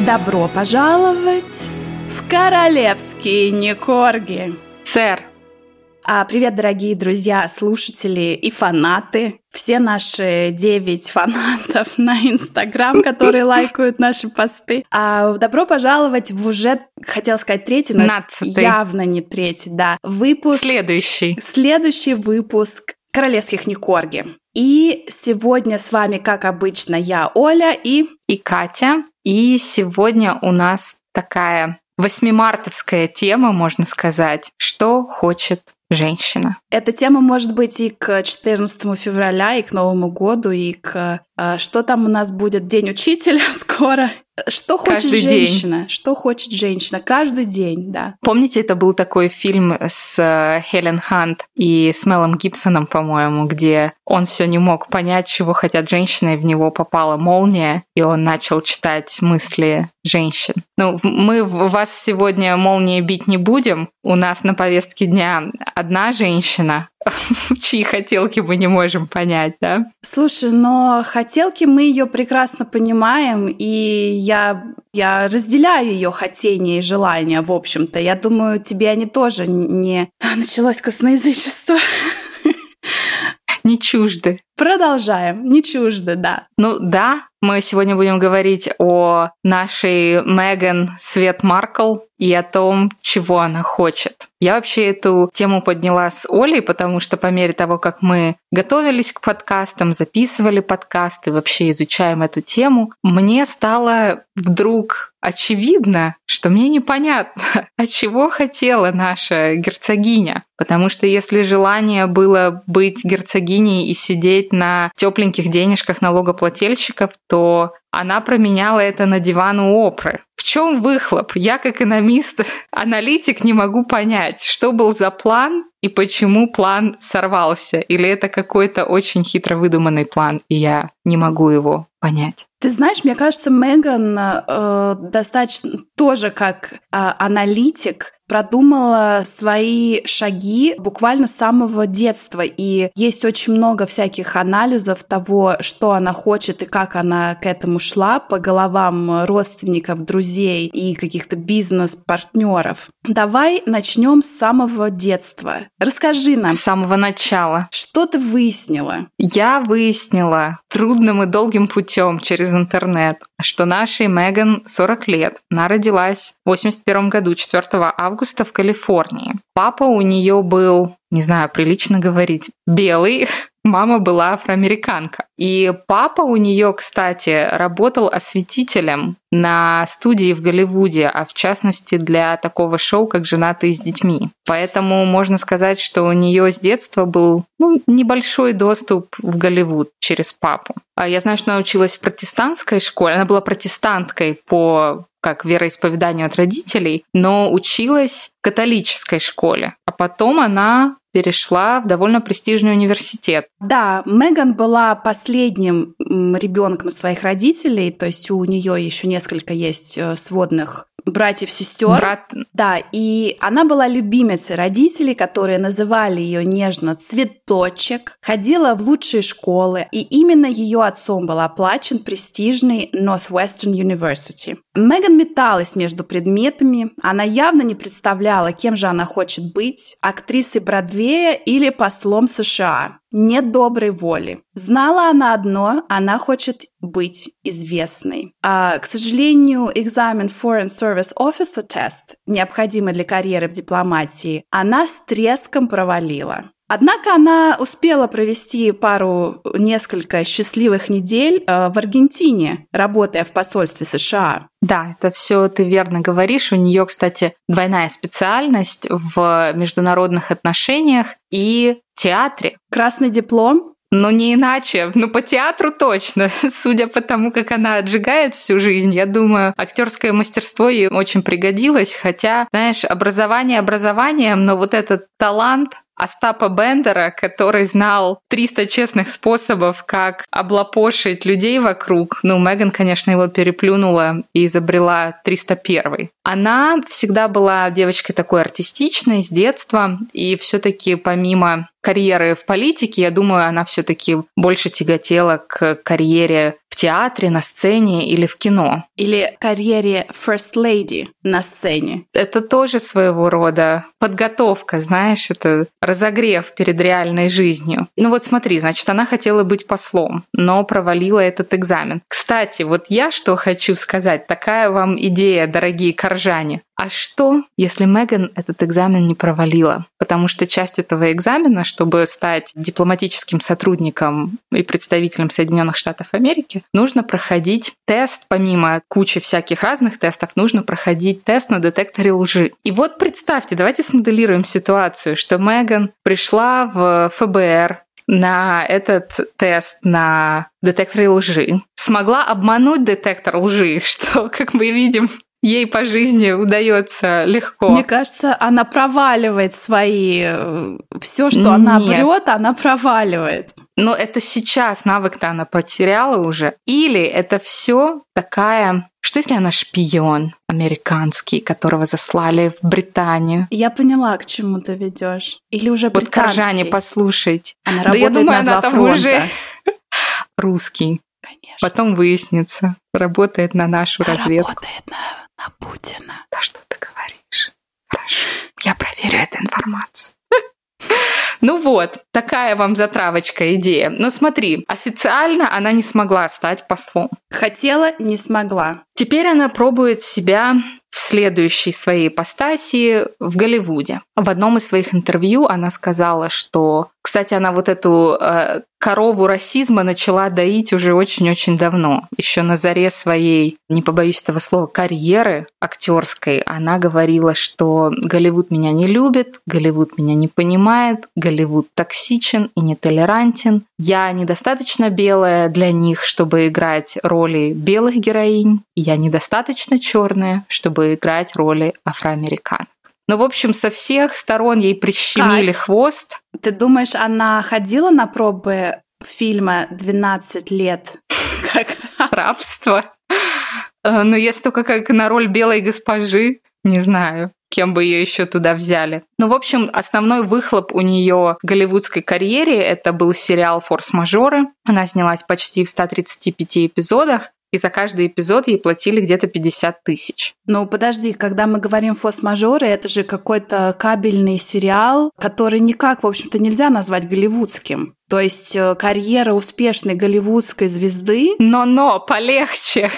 Добро пожаловать в королевские некорги. Сэр. Привет, дорогие друзья, слушатели и фанаты. Все наши 9 фанатов на Инстаграм, которые лайкают наши посты. Добро пожаловать в уже, хотела сказать, третий, но 15-й. Явно не третий, да. Выпуск. Следующий выпуск королевских некорги. И сегодня с вами, как обычно, я, Оля и Катя. И сегодня у нас такая 8-мартовская тема, можно сказать, что хочет женщина. Эта тема может быть и к 14 февраля, и к Новому году, и к... Что там у нас будет? День учителя скоро. Что хочет женщина? Что хочет женщина? Каждый день, да. Помните, это был такой фильм с Хелен Хант и с Мелом Гибсоном, по-моему, где он все не мог понять, чего хотят женщины, и в него попала молния, и он начал читать мысли женщин. Мы вас сегодня молнией бить не будем. У нас на повестке дня одна женщина, чьи хотелки мы не можем понять, да? Слушай, но хотелки мы ее прекрасно понимаем, и я разделяю ее хотения и желания, в общем-то. Я думаю, тебе они тоже не... Началось косноязычество. Не чужды. Продолжаем. Не чужды, да. Да, мы сегодня будем говорить о нашей Меган Свет Маркл и о том, чего она хочет. Я вообще эту тему подняла с Олей, потому что по мере того, как мы готовились к подкастам, записывали подкасты, вообще изучаем эту тему, мне стало вдруг очевидно, что мне непонятно, а чего хотела наша герцогиня. Потому что если желание было быть герцогиней и сидеть на тепленьких денежках налогоплательщиков, то она променяла это на диван у Опры. В чем выхлоп? Я, как экономист, аналитик, не могу понять, что был за план и почему план сорвался. Или это какой-то очень хитро выдуманный план, и я не могу его понять. Ты знаешь, мне кажется, Меган достаточно тоже как аналитик продумала свои шаги буквально с самого детства. И есть очень много всяких анализов того, что она хочет и как она к этому шла по головам родственников, друзей и каких-то бизнес-партнеров. Давай начнем с самого детства. Расскажи нам. С самого начала. Что ты выяснила? Я выяснила трудным и долгим путем через интернет, что нашей Меган 40 лет. Она родилась в 1981 году, 4 августа в Калифорнии. Папа у нее был, не знаю, прилично говорить, белый, мама была афроамериканка. И папа у нее, кстати, работал осветителем на студии в Голливуде, а в частности для такого шоу, как «Женатые с детьми». Поэтому можно сказать, что у нее с детства был небольшой доступ в Голливуд через папу. Я знаю, что она училась в протестантской школе. Она была протестанткой по вероисповеданию от родителей, но училась в католической школе. А потом она перешла в довольно престижный университет. Да, Меган была последним ребенком своих родителей, то есть у нее еще несколько есть сводных братьев-сестер. Да, и она была любимицей родителей, которые называли ее нежно «цветочек», ходила в лучшие школы, и именно ее отцом был оплачен престижный Northwestern University. Меган металась между предметами, она явно не представляла, кем же она хочет быть – актрисой Бродвея или послом США. Нет доброй воли. Знала она одно – она хочет быть известной. К сожалению, экзамен Foreign Service Officer Test, необходимый для карьеры в дипломатии, она с треском провалила. Однако она успела провести несколько счастливых недель в Аргентине, работая в посольстве США. Да, это все ты верно говоришь. У нее, кстати, двойная специальность в международных отношениях и театре. Красный диплом? Не иначе. По театру точно. Судя по тому, как она отжигает всю жизнь, я думаю, актерское мастерство ей очень пригодилось. Хотя, знаешь, образование образованием, но вот этот талант Остапа Бендера, который знал 300 честных способов, как облапошить людей вокруг. Меган, конечно, его переплюнула и изобрела 301. Она всегда была девочкой такой артистичной с детства, и все-таки помимо карьеры в политике, я думаю, она все-таки больше тяготела к карьере в театре, на сцене или в кино. Или карьере First Lady на сцене. Это тоже своего рода подготовка, знаешь, это разогрев перед реальной жизнью. Ну вот смотри, значит, она хотела быть послом, но провалила этот экзамен. Кстати, вот я что хочу сказать, такая вам идея, дорогие коржане. А что, если Меган этот экзамен не провалила? Потому что часть этого экзамена, чтобы стать дипломатическим сотрудником и представителем Соединенных Штатов Америки, нужно проходить тест, помимо кучи всяких разных тестов, нужно проходить тест на детекторе лжи. И вот представьте, давайте смоделируем ситуацию, что Меган пришла в ФБР на этот тест на детекторе лжи, смогла обмануть детектор лжи, что, как мы видим, ей по жизни удается легко. Мне кажется, она проваливает свои... Все, что она врет, она проваливает. Но это сейчас навык-то она потеряла уже. Или это все такая... Что если она шпион американский, которого заслали в Британию? Я поняла, к чему ты ведешь. Или уже британский. Вот коржане, послушайте. Она работает я думаю, на два фронта. Уже русский. Конечно. Потом выяснится. Работает на нашу разведку. Работает на Путина. Да что ты говоришь? Хорошо. Я проверю эту информацию. Ну вот, такая вам затравочка идея. Но смотри, официально она не смогла стать послом. Хотела, не смогла. Теперь она пробует себя в следующей своей ипостаси в Голливуде. В одном из своих интервью она сказала, что, кстати, она вот эту корову расизма начала доить уже очень-очень давно. Еще на заре своей, не побоюсь этого слова, карьеры актерской, она говорила, что Голливуд меня не любит, Голливуд меня не понимает, Голливуд токсичен и нетолерантен. Я недостаточно белая для них, чтобы играть роли белых героинь, и я недостаточно черная, чтобы играть роли афроамериканок. Ну, в общем, со всех сторон ей прищемили хвост. Ты думаешь, она ходила на пробы фильма «12 лет»? Рабство? Ну, если только как на роль белой госпожи, не знаю, кем бы ее еще туда взяли. Ну, в общем, основной выхлоп у нее в голливудской карьере это был сериал «Форс-мажоры». Она снялась почти в 135 эпизодах. И за каждый эпизод ей платили где-то 50 тысяч. Ну, подожди, когда мы говорим «Форс-мажоры», это же какой-то кабельный сериал, который никак, в общем-то, нельзя назвать голливудским. То есть карьера успешной голливудской звезды... Но полегче.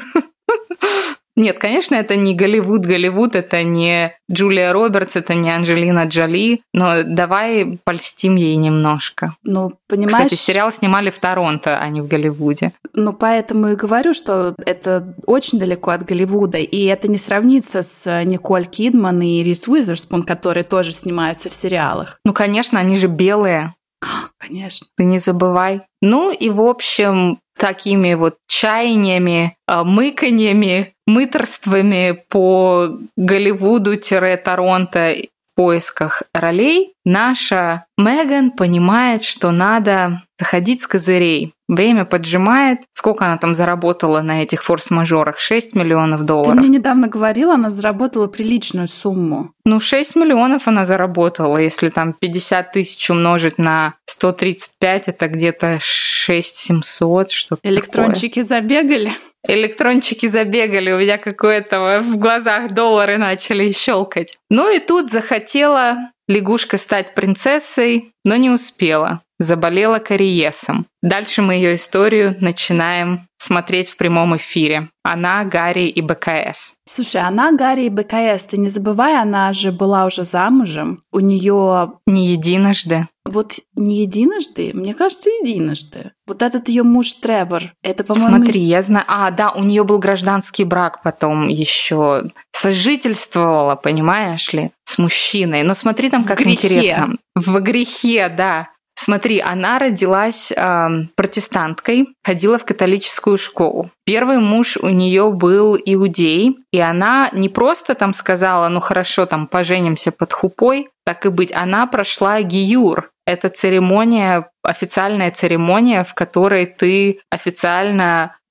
Нет, конечно, это не Голливуд, это не Джулия Робертс, это не Анджелина Джоли, но давай польстим ей немножко. Ну, понимаешь... Кстати, сериал снимали в Торонто, а не в Голливуде. Ну, поэтому и говорю, что это очень далеко от Голливуда, и это не сравнится с Николь Кидман и Риз Уизерспун, которые тоже снимаются в сериалах. Ну, конечно, они же белые. Конечно. Ты не забывай. Ну и, в общем, такими вот чаяниями, мыканьями, мыторствами по Голливуду-Торонто в поисках ролей наша Меган понимает, что надо заходить с козырей. Время поджимает. Сколько она там заработала на этих форс-мажорах? $6 миллионов. Ты мне недавно говорила, она заработала приличную сумму. Ну, 6 миллионов она заработала. Если там 50 тысяч умножить на 135, это где-то 6700, что-то Электрончики такое. Забегали? Электрончики забегали, у меня какое-то в глазах доллары начали щелкать. Ну и тут захотела лягушка стать принцессой, но не успела. Заболела кариесом. Дальше мы ее историю начинаем смотреть в прямом эфире. Она, Гарри и БКС. Слушай, она, Гарри и БКС, ты не забывай, она же была уже замужем. У нее не единожды. Вот не единожды, мне кажется, единожды. Вот этот ее муж Тревор, это, по-моему... Смотри, я знаю... да, у нее был гражданский брак потом еще. Сожительствовала, понимаешь ли, с мужчиной. Но смотри там, как интересно. В грехе, да. Смотри, она родилась протестанткой, ходила в католическую школу. Первый муж у нее был иудей, и она не просто там сказала, ну хорошо, там поженимся под хупой, так и быть, она прошла гиюр. Это церемония, официальная церемония, в которой ты официально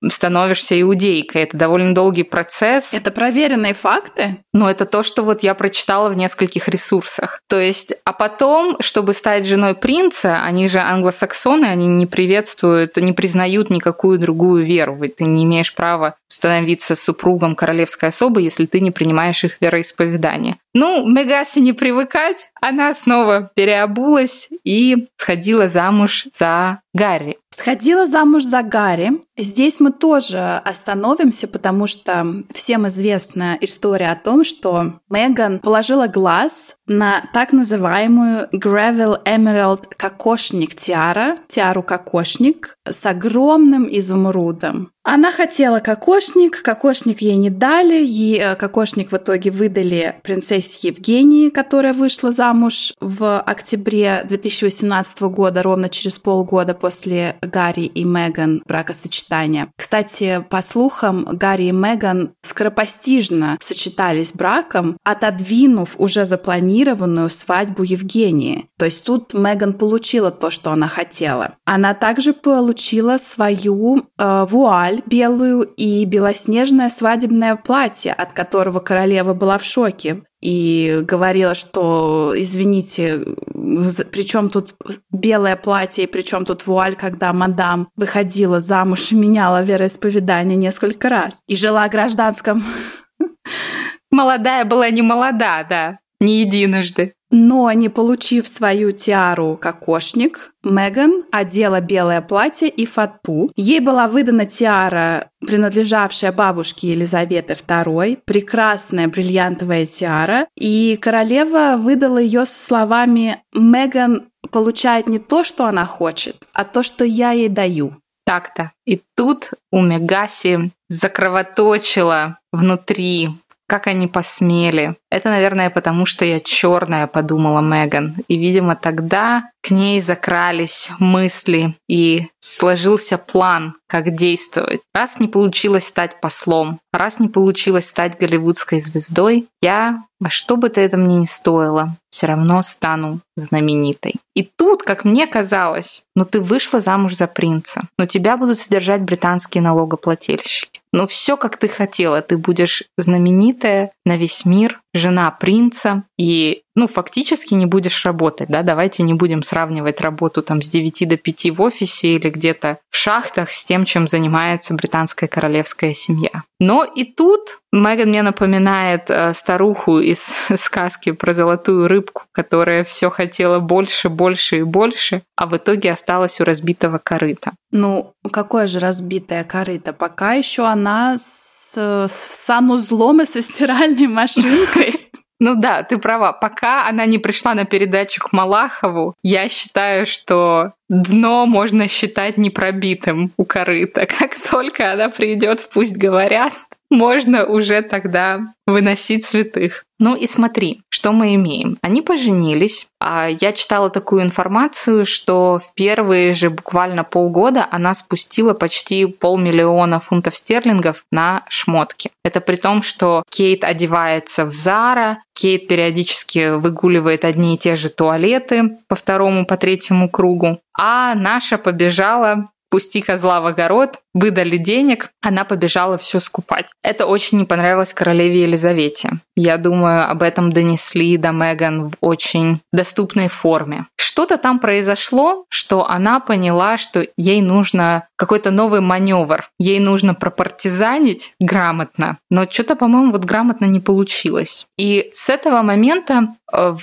становишься иудейкой. Это довольно долгий процесс. Это проверенные факты? Но это то, что вот я прочитала в нескольких ресурсах. То есть, а потом, чтобы стать женой принца, они же англосаксоны, они не приветствуют, не признают никакую другую веру. Ведь ты не имеешь права становиться супругом королевской особы, если ты не принимаешь их вероисповедание. Ну, Мегаси не привыкать, она снова переобулась и сходила замуж за Гарри. Сходила замуж за Гарри. Здесь мы тоже остановимся, потому что всем известна история о том, что Меган положила глаз на так называемую Gravel Emerald кокошник тиару-кокошник с огромным изумрудом. Она хотела кокошник ей не дали, ей кокошник в итоге выдали принцессе Евгении, которая вышла замуж в октябре 2018 года, ровно через полгода после Гарри и Меган бракосочетания. Кстати, по слухам, Гарри и Меган скоропостижно сочетались браком, отодвинув уже запланированную свадьбу Евгении. То есть тут Меган получила то, что она хотела. Она также получила свою вуаль белую и белоснежное свадебное платье, от которого королева была в шоке. И говорила, что, извините, при чем тут белое платье и при чем тут вуаль, когда мадам выходила замуж и меняла вероисповедание несколько раз. И жила в гражданском. Молодая была не молода, да, не единожды. Но, не получив свою тиару-кокошник, Меган одела белое платье и фату. Ей была выдана тиара, принадлежавшая бабушке Елизаветы II, прекрасная бриллиантовая тиара, и королева выдала ее со словами: «Меган получает не то, что она хочет, а то, что я ей даю». Так-то. И тут у Мегаси закровоточило внутри. Как они посмели. Это, наверное, потому что я черная, подумала Меган. И, видимо, тогда к ней закрались мысли и сложился план, как действовать. Раз не получилось стать послом, раз не получилось стать голливудской звездой, я, во что бы то это мне ни стоило, все равно стану знаменитой. И тут, как мне казалось, ты вышла замуж за принца, но тебя будут содержать британские налогоплательщики. Но все, как ты хотела, ты будешь знаменитая на весь мир, жена принца, и фактически не будешь работать, да, давайте не будем сравнивать работу там с 9 до 5 в офисе или где-то в шахтах с тем, чем занимается британская королевская семья. Но и тут Меган мне напоминает старуху из сказки про золотую рыбку, которая все хотела больше, больше и больше, а в итоге осталась у разбитого корыта. Какое же разбитое корыто? Пока еще она с санузлом и со стиральной машинкой. Да, ты права. Пока она не пришла на передачу к Малахову, я считаю, что дно можно считать непробитым у корыта. Как только она придет в «Пусть говорят», можно уже тогда выносить святых. И смотри, что мы имеем. Они поженились. Я читала такую информацию, что в первые же буквально полгода она спустила почти 500 000 фунтов стерлингов на шмотки. Это при том, что Кейт одевается в Zara, Кейт периодически выгуливает одни и те же туалеты по 2-му, по 3-му кругу, а наша побежала: пусти козла в огород, выдали денег, она побежала все скупать. Это очень не понравилось королеве Елизавете. Я думаю, об этом донесли до Меган в очень доступной форме. Что-то там произошло, что она поняла, что ей нужно какой-то новый маневр. Ей нужно пропартизанить грамотно, но что-то, по-моему, грамотно не получилось. И с этого момента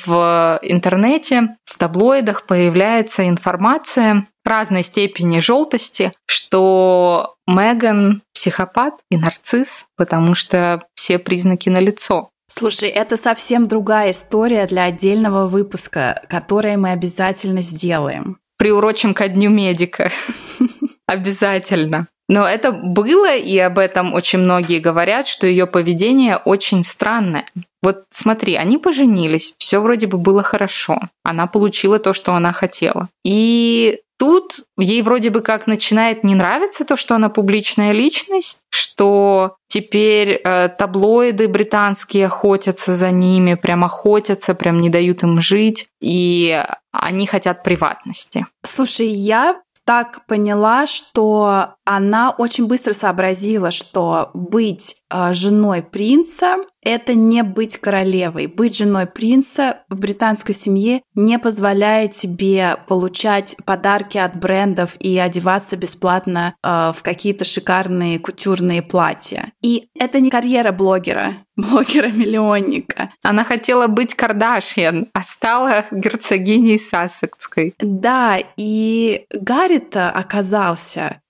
в интернете, в таблоидах появляется информация разной степени желтости, что Меган психопат и нарцисс, потому что все признаки налицо. Слушай, это совсем другая история для отдельного выпуска, который мы обязательно сделаем. Приурочим ко Дню медика. Обязательно. Но это было, и об этом очень многие говорят, что ее поведение очень странное. Смотри, они поженились, все вроде бы было хорошо. Она получила то, что она хотела. И тут ей вроде бы как начинает не нравиться то, что она публичная личность, что теперь таблоиды британские охотятся за ними, прям не дают им жить, и они хотят приватности. Слушай, я так поняла, что она очень быстро сообразила, что быть женой принца — это не быть королевой. Быть женой принца в британской семье не позволяет тебе получать подарки от брендов и одеваться бесплатно в какие-то шикарные кутюрные платья. И это не карьера блогера-миллионника. Она хотела быть Кардашьян, а стала герцогиней Сассекской. Да, и Гарри-то оказался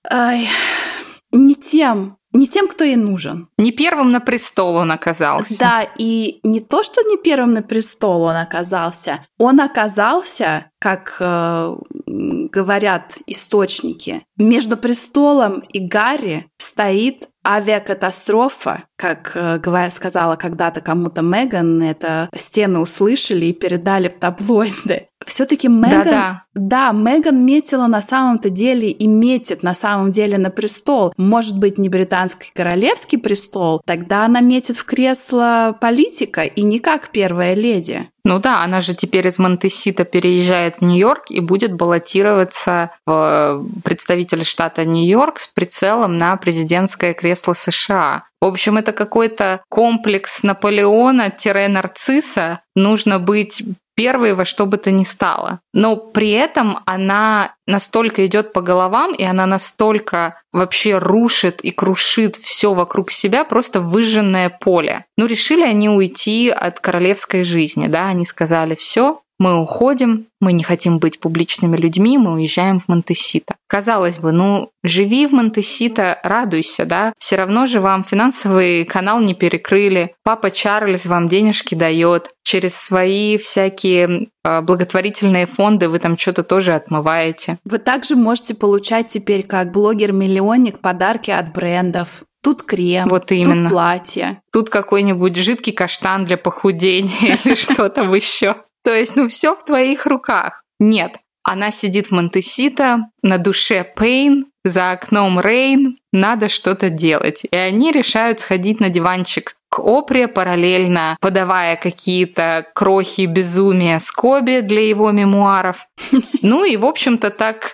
не тем, кто ей нужен. Не первым на престол он оказался. Да, и не то, что не первым на престол он оказался, как говорят источники, между престолом и Гарри стоит авиакатастрофа, как сказала когда-то кому-то Меган, это стены услышали и передали в таблоиды. Все-таки Меган, Меган метила на самом-то деле и метит на самом деле на престол. Может быть, не британский королевский престол, тогда она метит в кресло политика и не как первая леди. Ну да, она же теперь из Монтесита переезжает в Нью-Йорк и будет баллотироваться в представителя штата Нью-Йорк с прицелом на президентское кресло США. В общем, это какой-то комплекс Наполеона-нарцисса. Нужно быть первой во что бы то ни стало. Но при этом она настолько идет по головам, и она настолько вообще рушит и крушит все вокруг себя, просто выжженное поле. Ну, решили они уйти от королевской жизни, да, они сказали: все, мы уходим, мы не хотим быть публичными людьми, мы уезжаем в Монтесита. Казалось бы, живи в Монтесита, радуйся, да, все равно же вам финансовый канал не перекрыли, папа Чарльз вам денежки дает, через свои всякие благотворительные фонды вы там что-то тоже отмываете. Вы также можете получать теперь, как блогер-миллионник, подарки от брендов. Тут крем, вот именно. Тут платье. Тут какой-нибудь жидкий каштан для похудения или что там еще. То есть, все в твоих руках. Нет, она сидит в Монтесита, на душе Пейн, за окном Рейн, надо что-то делать. И они решают сходить на диванчик к Опре, параллельно подавая какие-то крохи безумия Скоби для его мемуаров. И, в общем-то, так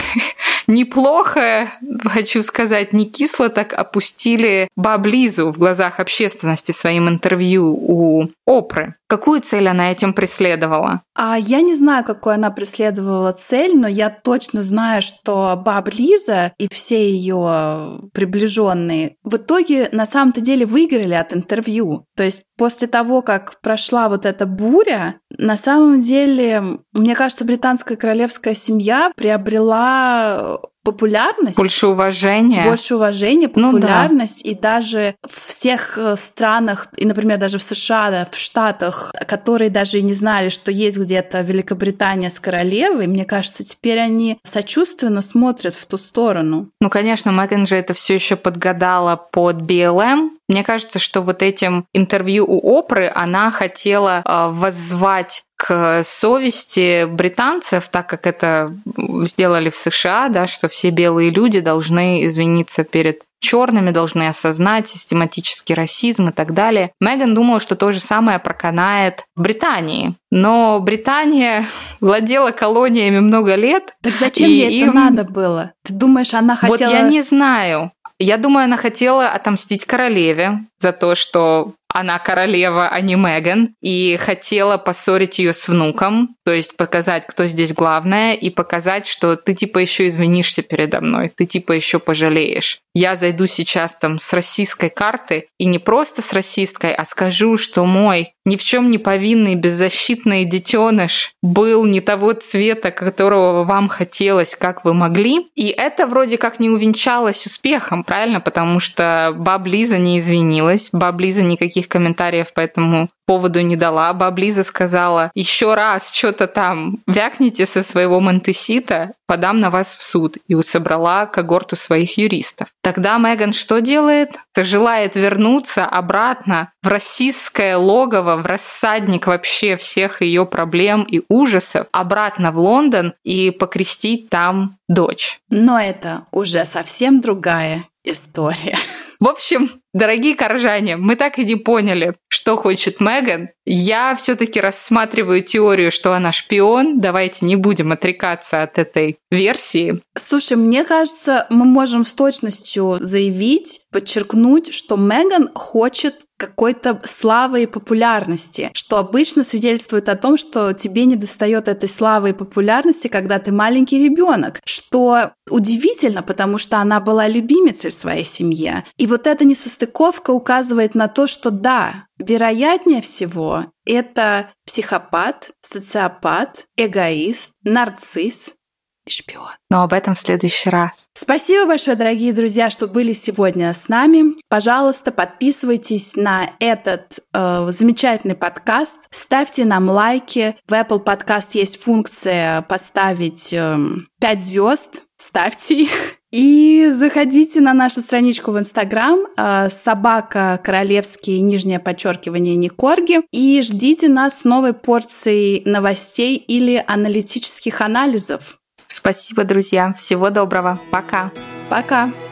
неплохо, хочу сказать, не кисло так опустили Баб Лизу в глазах общественности своим интервью у Опры. Какую цель она этим преследовала? Я не знаю, какую она преследовала цель, но я точно знаю, что Баб Лиза и все ее приближенные в итоге на самом-то деле выиграли от интервью. То есть после того, как прошла вот эта буря, на самом деле, мне кажется, британская королевская семья приобрела популярность. Больше уважения, популярность. И даже в тех странах, и, например, даже в США, да, в Штатах, которые даже и не знали, что есть где-то Великобритания с королевой, мне кажется, теперь они сочувственно смотрят в ту сторону. Конечно, Меган же это все еще подгадала под BLM. Мне кажется, что вот этим интервью у Опры она хотела воззвать к совести британцев, так как это сделали в США, да, что все белые люди должны извиниться перед черными, должны осознать систематический расизм и так далее. Меган думала, что то же самое проканает в Британии. Но Британия владела колониями много лет. Так зачем ей это надо было? Ты думаешь, она хотела... Вот я не знаю. Я думаю, она хотела отомстить королеве за то, что она королева, а не Меган, и хотела поссорить ее с внуком, то есть показать, кто здесь главное, и показать, что ты еще извинишься передо мной, ты еще пожалеешь. Я зайду сейчас там с расистской карты, и не просто с расисткой, а скажу, что мой ни в чем не повинный беззащитный детеныш был не того цвета, которого вам хотелось, как вы могли. И это вроде как не увенчалось успехом, правильно? Потому что Баб Лиза не извинилась, Баб Лиза никаких комментариев по этому поводу не дала. Баб Лиза сказала: еще раз что-то там вякните со своего Монтесита, подам на вас в суд. И собрала когорту своих юристов. Тогда Меган что делает? Желает вернуться обратно в расистское логово, в рассадник вообще всех ее проблем и ужасов, обратно в Лондон и покрестить там дочь. Но это уже совсем другая история. В общем, дорогие коржане, мы так и не поняли, что хочет Меган. Я все-таки рассматриваю теорию, что она шпион. Давайте не будем отрекаться от этой версии. Слушай, мне кажется, мы можем с точностью заявить, подчеркнуть, что Меган хочет какой-то славы и популярности, что обычно свидетельствует о том, что тебе недостает этой славы и популярности, когда ты маленький ребенок, что удивительно, потому что она была любимицей в своей семье. И вот эта несостыковка указывает на то, что да, вероятнее всего, это психопат, социопат, эгоист, нарцисс, шпион. Но об этом в следующий раз. Спасибо большое, дорогие друзья, что были сегодня с нами. Пожалуйста, подписывайтесь на этот замечательный подкаст. Ставьте нам лайки. В Apple Podcast есть функция поставить 5 звезд. Ставьте их. И заходите на нашу страничку в Инстаграм собака королевский _ Никорги и ждите нас с новой порцией новостей или аналитических анализов. Спасибо, друзья. Всего доброго. Пока. Пока.